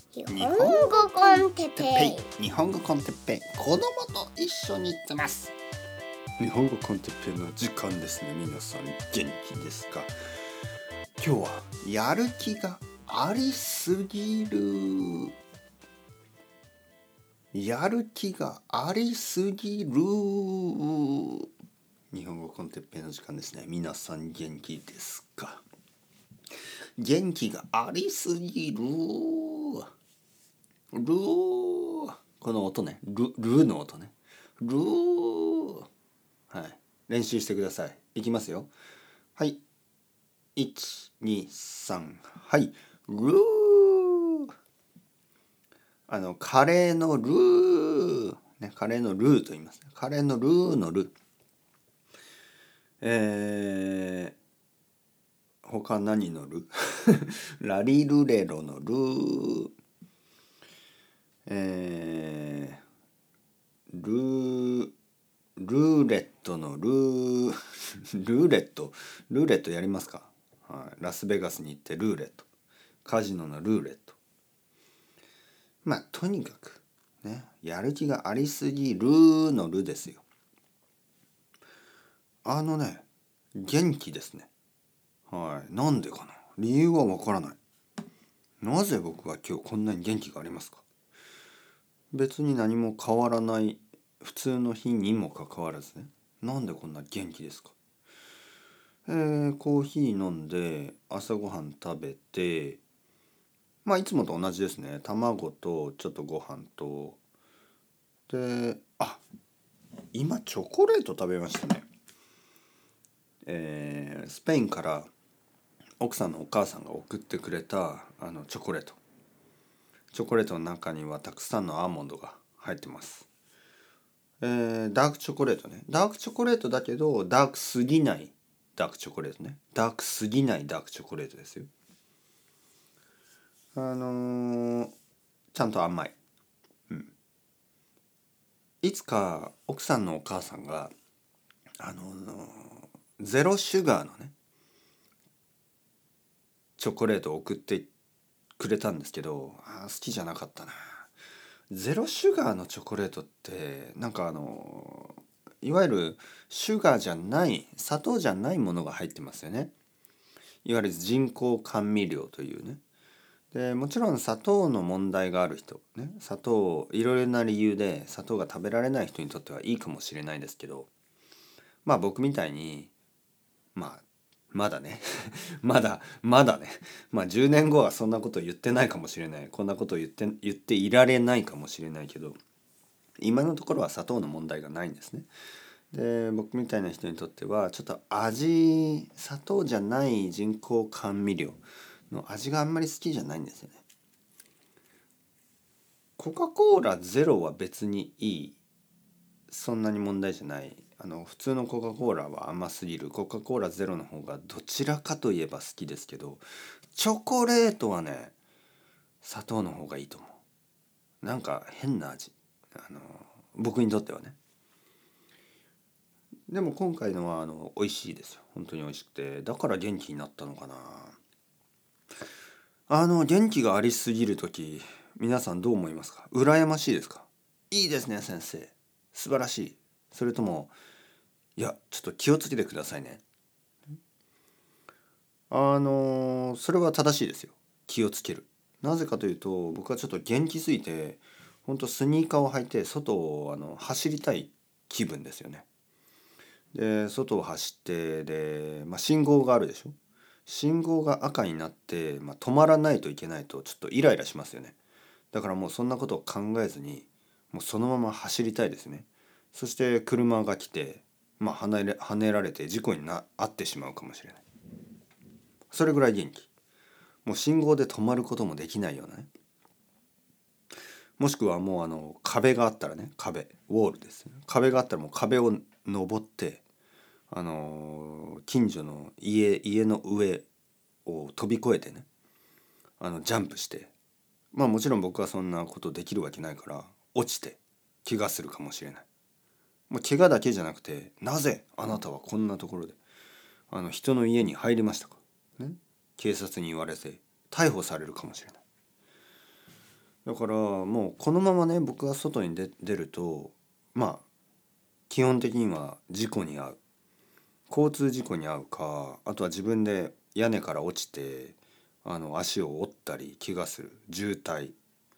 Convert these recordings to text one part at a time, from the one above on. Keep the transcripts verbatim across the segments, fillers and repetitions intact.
日本語コンテッペイ日本語コンテッペイ子供と一緒に行ってます。日本語コンテッペイの時間ですね。皆さん元気ですか？今日はやる気がありすぎるやる気がありすぎる日本語コンテッペイの時間ですね。皆さん元気ですか？元気がありすぎるルーこの音ね、ルルーの音ね、ルーはい、練習してください。いきますよ。はい、いち、に、さん、はい、ルーあのカレーのルーね、カレーのルーと言います。カレーのルーのルえー、他何のルラリルレロのルーえー、ルールーレットのルールーレットルーレットやりますか？はい、ラスベガスに行ってルーレット、カジノのルーレット。まあとにかくね、やる気がありすぎるのルですよ。あのね、元気ですね。はい、なんでかな、理由はわからない。なぜ僕は今日こんなに元気がありますか？別に何も変わらない普通の日にもかかわらずね、なんでこんな元気ですか？えー、コーヒー飲んで朝ごはん食べて、まあいつもと同じですね。卵とちょっとご飯とで、あ、今チョコレート食べましたね。えー、スペインから奥さんのお母さんが送ってくれたあのチョコレートチョコレートの中にはたくさんのアーモンドが入ってます。えー、ダークチョコレートね。ダークチョコレートだけどダークすぎないダークチョコレートね。ダークすぎないダークチョコレートですよ。あのー、ちゃんと甘い。うん。いつか奥さんのお母さんがあのー、ゼロシュガーのねチョコレートを送ってくれたんですけど、あ好きじゃなかったな。ゼロシュガーのチョコレートってなんかあのいわゆるシュガーじゃない砂糖じゃないものが入ってますよね。いわゆる人工甘味料というね。でもちろん砂糖の問題がある人ね、砂糖いろいろな理由で砂糖が食べられない人にとってはいいかもしれないですけど、まあ僕みたいにまあまだねまだまだねまあじゅうねんごはそんなこと言ってないかもしれない、こんなこと言って言っていられないかもしれないけど、今のところは砂糖の問題がないんですね。で僕みたいな人にとってはちょっと味砂糖じゃない人工甘味料の味があんまり好きじゃないんですよね。コカ・コーラゼロは別にいい、そんなに問題じゃない。あの普通のコカ・コーラは甘すぎる。コカ・コーラゼロの方がどちらかといえば好きですけど、チョコレートはね砂糖の方がいいと思う。なんか変な味、あの僕にとってはね。でも今回のはあの美味しいですよ。本当に美味しくて、だから元気になったのかな。あの元気がありすぎる時、皆さんどう思いますか？羨ましいですか？いいですね先生、素晴らしい。それともいやちょっと気をつけてくださいね。あのそれは正しいですよ。気をつける。なぜかというと僕はちょっと元気すぎて本当スニーカーを履いて外をあの走りたい気分ですよね。で外を走ってで、まあ、信号があるでしょ。信号が赤になって、まあ、止まらないといけないとちょっとイライラしますよね。だからもうそんなことを考えずにもうそのまま走りたいですね。そして車が来て、まあ、はねれ跳ねられて事故にな遭ってしまうかもしれない。それぐらい元気。もう信号で止まることもできないようなね。もしくはもうあの壁があったらね、壁ウォールです、ね、壁があったらもう壁を登ってあの近所の家家の上を飛び越えてね、あのジャンプして、まあもちろん僕はそんなことできるわけないから落ちて怪我するかもしれない。もう怪我だけじゃなくて、なぜあなたはこんなところであの人の家に入りましたか、ね、警察に言われて逮捕されるかもしれない。 だからもうこのままね僕が外に出、出るとまあ基本的には事故に遭う、交通事故に遭うか、あとは自分で屋根から落ちてあの足を折ったり怪我する渋滞、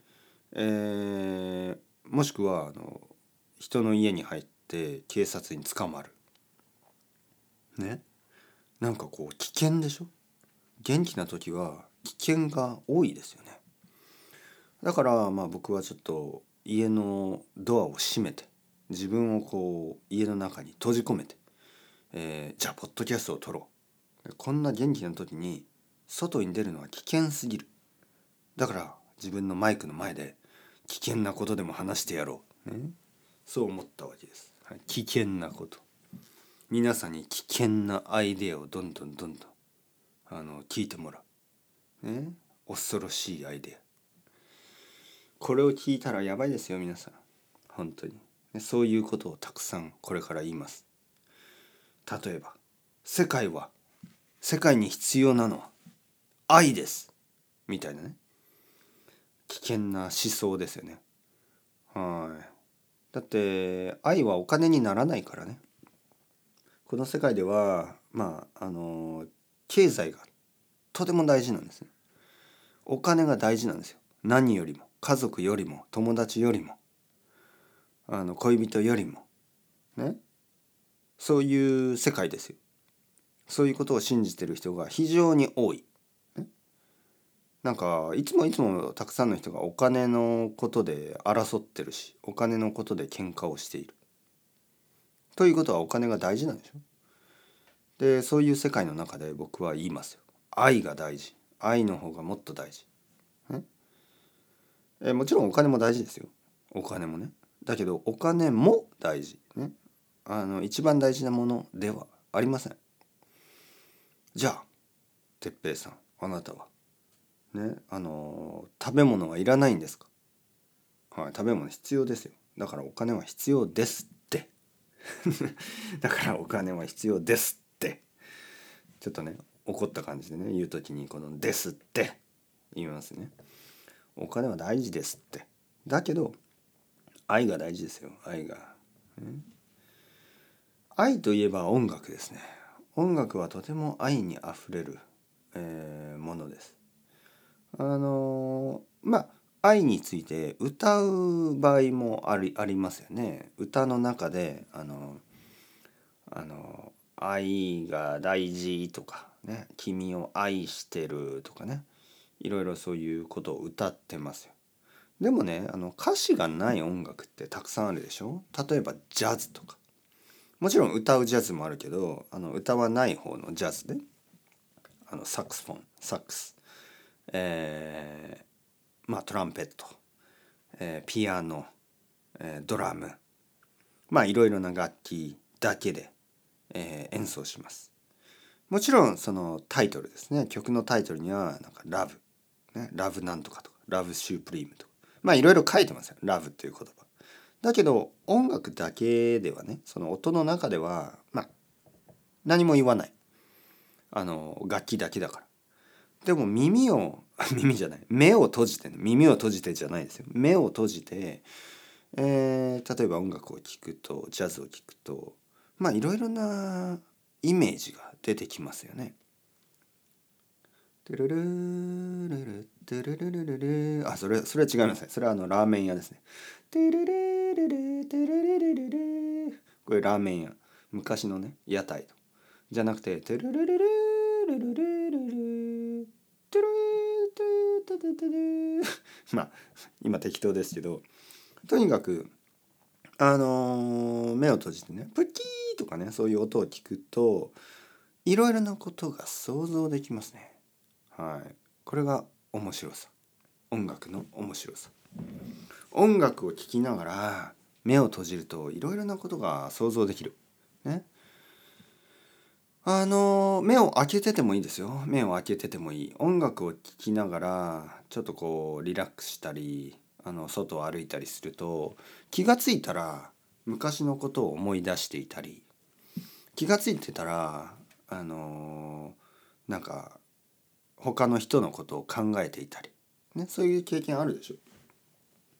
えー、もしくはあの人の家に入って警察に捕まるね。なんかこう危険でしょ。元気な時は危険が多いですよね。だからまあ僕はちょっと家のドアを閉めて自分をこう家の中に閉じ込めて、えーじゃあポッドキャストを撮ろう。こんな元気な時に外に出るのは危険すぎる。だから自分のマイクの前で危険なことでも話してやろう、ね、そう思ったわけです、はい、危険なこと、皆さんに危険なアイデアをどんどんどんどんあの聞いてもらう、ね、恐ろしいアイデア、これを聞いたらやばいですよ皆さん、本当に、ね、そういうことをたくさんこれから言います。例えば世界は世界に必要なのは愛ですみたいなね、危険な思想ですよね。はい。だって愛はお金にならないからね。この世界ではまああの経済がとても大事なんですね。お金が大事なんですよ。何よりも家族よりも友達よりもあの恋人よりもね、そういう世界ですよ。そういうことを信じてる人が非常に多い。なんかいつもいつもたくさんの人がお金のことで争ってるし、お金のことで喧嘩をしている。ということはお金が大事なんでしょ。で、そういう世界の中で僕は言いますよ。愛が大事。愛の方がもっと大事。ね、えもちろんお金も大事ですよ。お金もね。だけどお金も大事。ね。あの一番大事なものではありません。じゃあ、哲平さん、あなたはね、あの食べ物はいらないんですか。はい、食べ物必要ですよ。だからお金は必要ですってだからお金は必要ですってちょっとね怒った感じでね言うときにこのですって言いますね。お金は大事ですって。だけど愛が大事ですよ。愛が、ね、愛といえば音楽ですね。音楽はとても愛にあふれる、えーものです。あのーまあ愛について歌う場合もあり、ありますよね。歌の中であのあの愛が大事とかね、君を愛してるとかね、いろいろそういうことを歌ってますよ。でもね、あの歌詞がない音楽ってたくさんあるでしょ。例えばジャズとか、もちろん歌うジャズもあるけど、あの歌わない方のジャズで、あのサックスフォン、サックス、えー、まあトランペット、えーピアノ、えードラム、まあいろいろな楽器だけで、えー演奏します。もちろんそのタイトルですね、曲のタイトルにはなんかラブ、ね、ラブなんとかとかラブシュープリームとか、まあいろいろ書いてますよ、ラブっていう言葉。だけど音楽だけではね、その音の中ではまあ何も言わない、あの楽器だけだから。でも耳を耳じゃない目を閉じてね、耳を閉じてじゃないですよ、目を閉じて、えー例えば音楽を聴くと、ジャズを聴くと、まあいろいろなイメージが出てきますよね。トゥルルールルトゥルルルルル、あ、それそれは違いますね。それはあのラーメン屋ですね。トゥルルルルトゥルルルルル、これラーメン屋、昔のね屋台のじゃなくて、トゥルルルルルルルルルトゥルトゥトゥトゥトゥまあ今適当ですけど、とにかくあのー目を閉じてね、プキーとかね、そういう音を聞くといろいろなことが想像できますね。はい、これが面白さ、音楽の面白さ。音楽を聴きながら目を閉じるといろいろなことが想像できる。ね。あの目を開けててもいいですよ。目を開けててもいい。音楽を聴きながらちょっとこうリラックスしたり、あの外を歩いたりすると気がついたら昔のことを思い出していたり、気がついてたらあのなんか他の人のことを考えていたり、ね、そういう経験あるでしょ。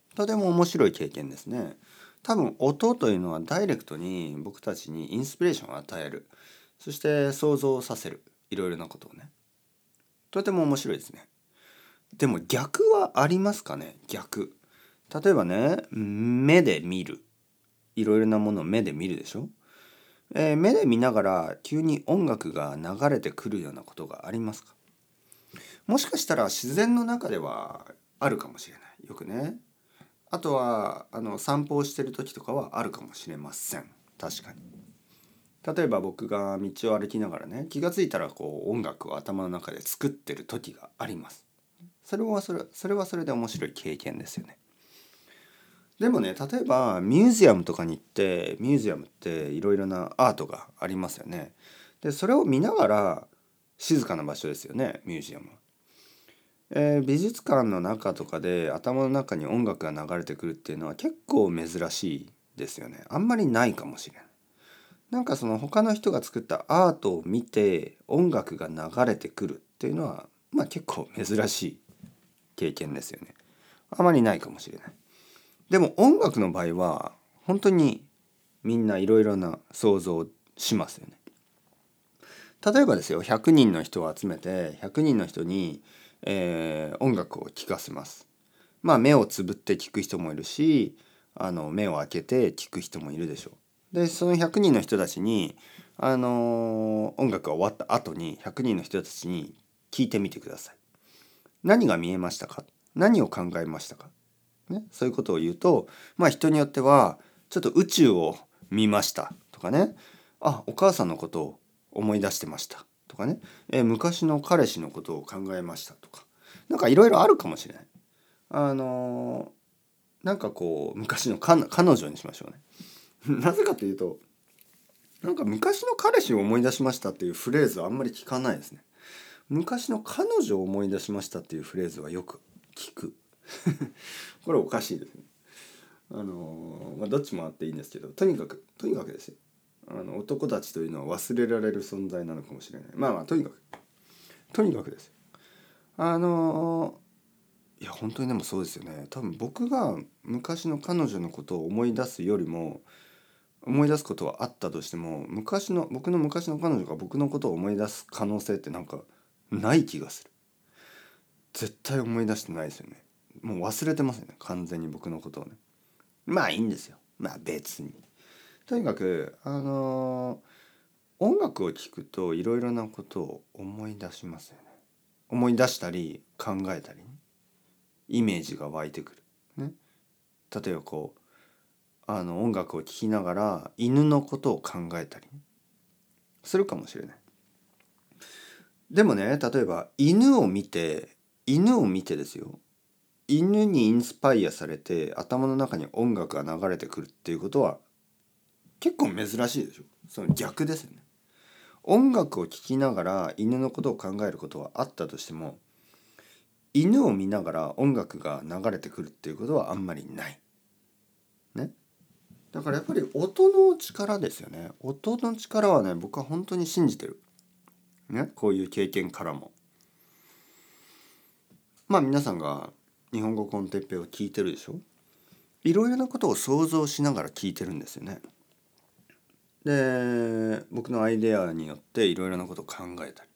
とても面白い経験ですね。多分音というのはダイレクトに僕たちにインスピレーションを与える。そして想像させる。いろいろなことをね。とても面白いですね。でも逆はありますかね？逆。例えばね、目で見る。いろいろなものを目で見るでしょ。えー目で見ながら急に音楽が流れてくるようなことがありますか？もしかしたら自然の中ではあるかもしれない。よくね。あとはあの散歩をしてる時とかはあるかもしれません。確かに。例えば僕が道を歩きながらね、気がついたらこう音楽を頭の中で作ってる時があります。それはそれ、それはそれで面白い経験ですよね。でもね、例えばミュージアムとかに行って、ミュージアムっていろいろなアートがありますよね。で、それを見ながら静かな場所ですよね、ミュージアムは。えー美術館の中とかで頭の中に音楽が流れてくるっていうのは結構珍しいですよね。あんまりないかもしれない。なんかその他の人が作ったアートを見て音楽が流れてくるっていうのはまあ結構珍しい経験ですよね。あまりないかもしれない。でも音楽の場合は本当にみんないろいろな想像をしますよね。例えばですよ、ひゃくにんの人を集めてひゃくにんの人に、えー音楽を聴かせます。まあ目をつぶって聴く人もいるし、あの目を開けて聴く人もいるでしょう。でそのひゃくにんの人たちに、あのー音楽が終わった後にひゃくにんの人たちに聞いてみてください。何が見えましたか？何を考えましたか？ね、そういうことを言うと、まあ人によってはちょっと宇宙を見ましたとかね、あ、お母さんのことを思い出してましたとかね、えー昔の彼氏のことを考えましたとか、なんかいろいろあるかもしれない。あのーなんかこう昔の彼彼女にしましょうね。なぜかというと、なんか昔の彼氏を思い出しましたっていうフレーズはあんまり聞かないですね。昔の彼女を思い出しましたっていうフレーズはよく聞く。これおかしいですね。あのまあ、どっちもあっていいんですけど、とにかくとにかくですよ、あの男たちというのは忘れられる存在なのかもしれない。まあまあとにかくとにかくですよ。あのいや本当にでもそうですよね。多分僕が昔の彼女のことを思い出すよりも、思い出すことはあったとしても、昔の僕の昔の彼女が僕のことを思い出す可能性ってなんかない気がする。絶対思い出してないですよね。もう忘れてますよね、完全に僕のことをね。まあいいんですよ。まあ別に。とにかくあのー音楽を聴くといろいろなことを思い出しますよね。思い出したり考えたりね、イメージが湧いてくる。ね。例えばこうあの音楽を聴きながら犬のことを考えたりね、するかもしれない。でもね、例えば犬を見て犬を見てですよ、犬にインスパイアされて頭の中に音楽が流れてくるっていうことは結構珍しいでしょ。その逆ですよね。音楽を聴きながら犬のことを考えることはあったとしても、犬を見ながら音楽が流れてくるっていうことはあんまりない。ね。だからやっぱり音の力ですよね。音の力はね、僕は本当に信じてる。ね。こういう経験からも。まあ皆さんが日本語コンテッペを聞いてるでしょ。いろいろなことを想像しながら聞いてるんですよね。で、僕のアイデアによっていろいろなことを考えたり。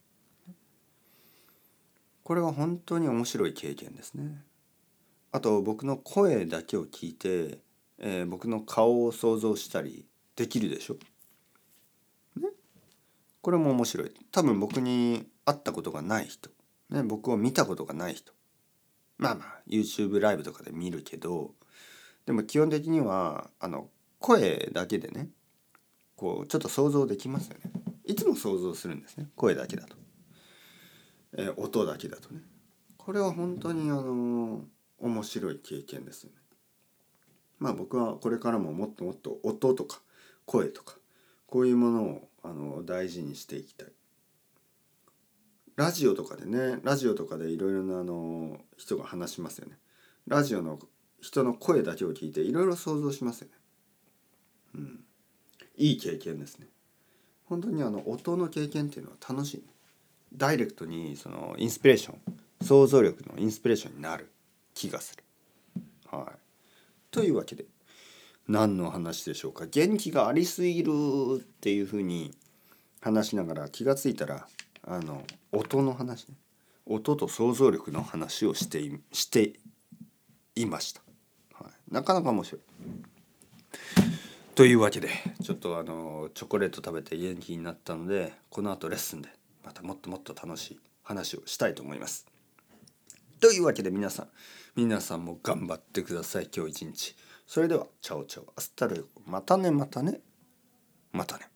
これは本当に面白い経験ですね。あと僕の声だけを聞いて、えー僕の顔を想像したりできるでしょ。ね、これも面白い。多分僕に会ったことがない人、ね、僕を見たことがない人、まあまあ YouTube ライブとかで見るけど、でも基本的にはあの声だけでね、こうちょっと想像できますよね。いつも想像するんですね、声だけだと、えー音だけだとね。これは本当にあの面白い経験ですよね。まあ僕はこれからももっともっと音とか声とかこういうものをあの大事にしていきたい。ラジオとかでね、ラジオとかでいろいろなあの人が話しますよね。ラジオの人の声だけを聞いていろいろ想像しますよね。うん、いい経験ですね。本当にあの音の経験っていうのは楽しい。ダイレクトにそのインスピレーション、想像力のインスピレーションになる気がする。はい。 というわけで何の話でしょうか。元気がありすぎるっていうふうに話しながら気がついたらあの音の話ね、音と想像力の話をしていしていました、はい、なかなか面白い。というわけでちょっとあのチョコレート食べて元気になったので、この後レッスンでまたもっともっと楽しい話をしたいと思います。というわけで皆さん皆さんも頑張ってください今日一日。それではチャオチャオアスタルエゴ、またねまたねまたね。